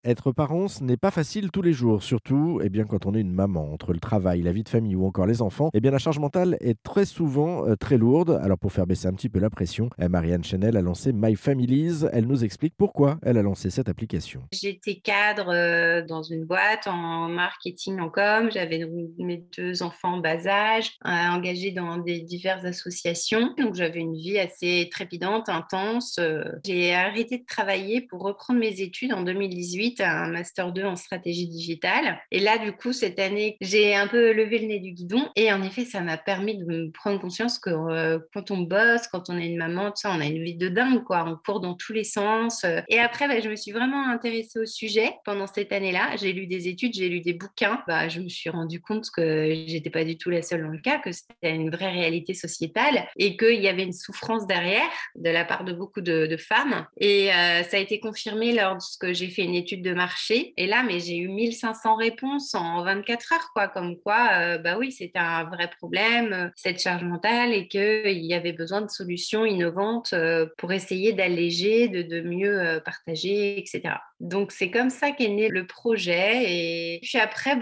Être parent, ce n'est pas facile tous les jours, surtout quand on est une maman. Entre le travail, la vie de famille ou encore les enfants, la charge mentale est très souvent très lourde. Alors pour faire baisser un petit peu la pression, Marianne Chenel a lancé My Families. Elle nous explique pourquoi elle a lancé cette application. J'étais cadre dans une boîte en marketing, en com. J'avais donc mes deux enfants en bas âge, engagés dans des diverses associations. Donc j'avais une vie assez trépidante, intense. J'ai arrêté de travailler pour reprendre mes études en 2018, un master 2 en stratégie digitale. Et là, du coup, cette année, j'ai un peu levé le nez du guidon. Et en effet, ça m'a permis de me prendre conscience que quand on bosse, quand on est une maman, tout ça, on a une vie de dingue, quoi. On court dans tous les sens. Et après, je me suis vraiment intéressée au sujet pendant cette année-là. J'ai lu des études, j'ai lu des bouquins. Je me suis rendu compte que j'étais pas du tout la seule dans le cas, que c'était une vraie réalité sociétale et qu'il y avait une souffrance derrière de la part de beaucoup de femmes. Et ça a été confirmé lorsque j'ai fait une étude de marché. Et là, mais j'ai eu 1500 réponses en 24 heures, quoi. Comme quoi, oui, c'était un vrai problème, cette charge mentale, et qu'il y avait besoin de solutions innovantes pour essayer d'alléger, de mieux partager, etc. Donc, c'est comme ça qu'est né le projet. Et puis après,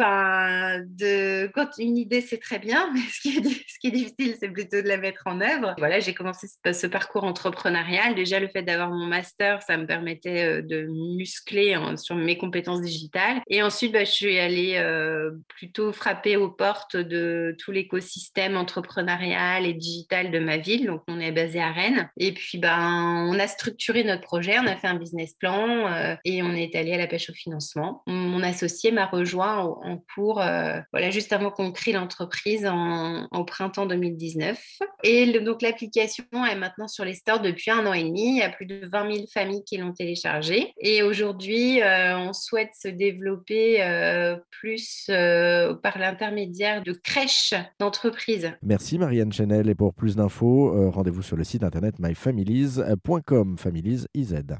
quand une idée, c'est très bien, mais ce qui est difficile, c'est plutôt de la mettre en œuvre. Voilà, j'ai commencé ce parcours entrepreneurial. Déjà, le fait d'avoir mon master, ça me permettait de muscler sur mes compétences digitales. Et ensuite, je suis allée plutôt frapper aux portes de tout l'écosystème entrepreneurial et digital de ma ville. Donc, on est basé à Rennes. Et puis, on a structuré notre projet, on a fait un business plan et on est allé à la pêche au financement. Mon associé m'a rejoint en cours, juste avant qu'on crée l'entreprise au printemps 2019. Et donc, l'application est maintenant sur les stores depuis 1 an et demi. Il y a plus de 20 000 familles qui l'ont téléchargée. Et aujourd'hui, on souhaite se développer plus par l'intermédiaire de crèches d'entreprises. Merci Marianne Chenel et pour plus d'infos, rendez-vous sur le site internet myfamilies.com, Families IZ.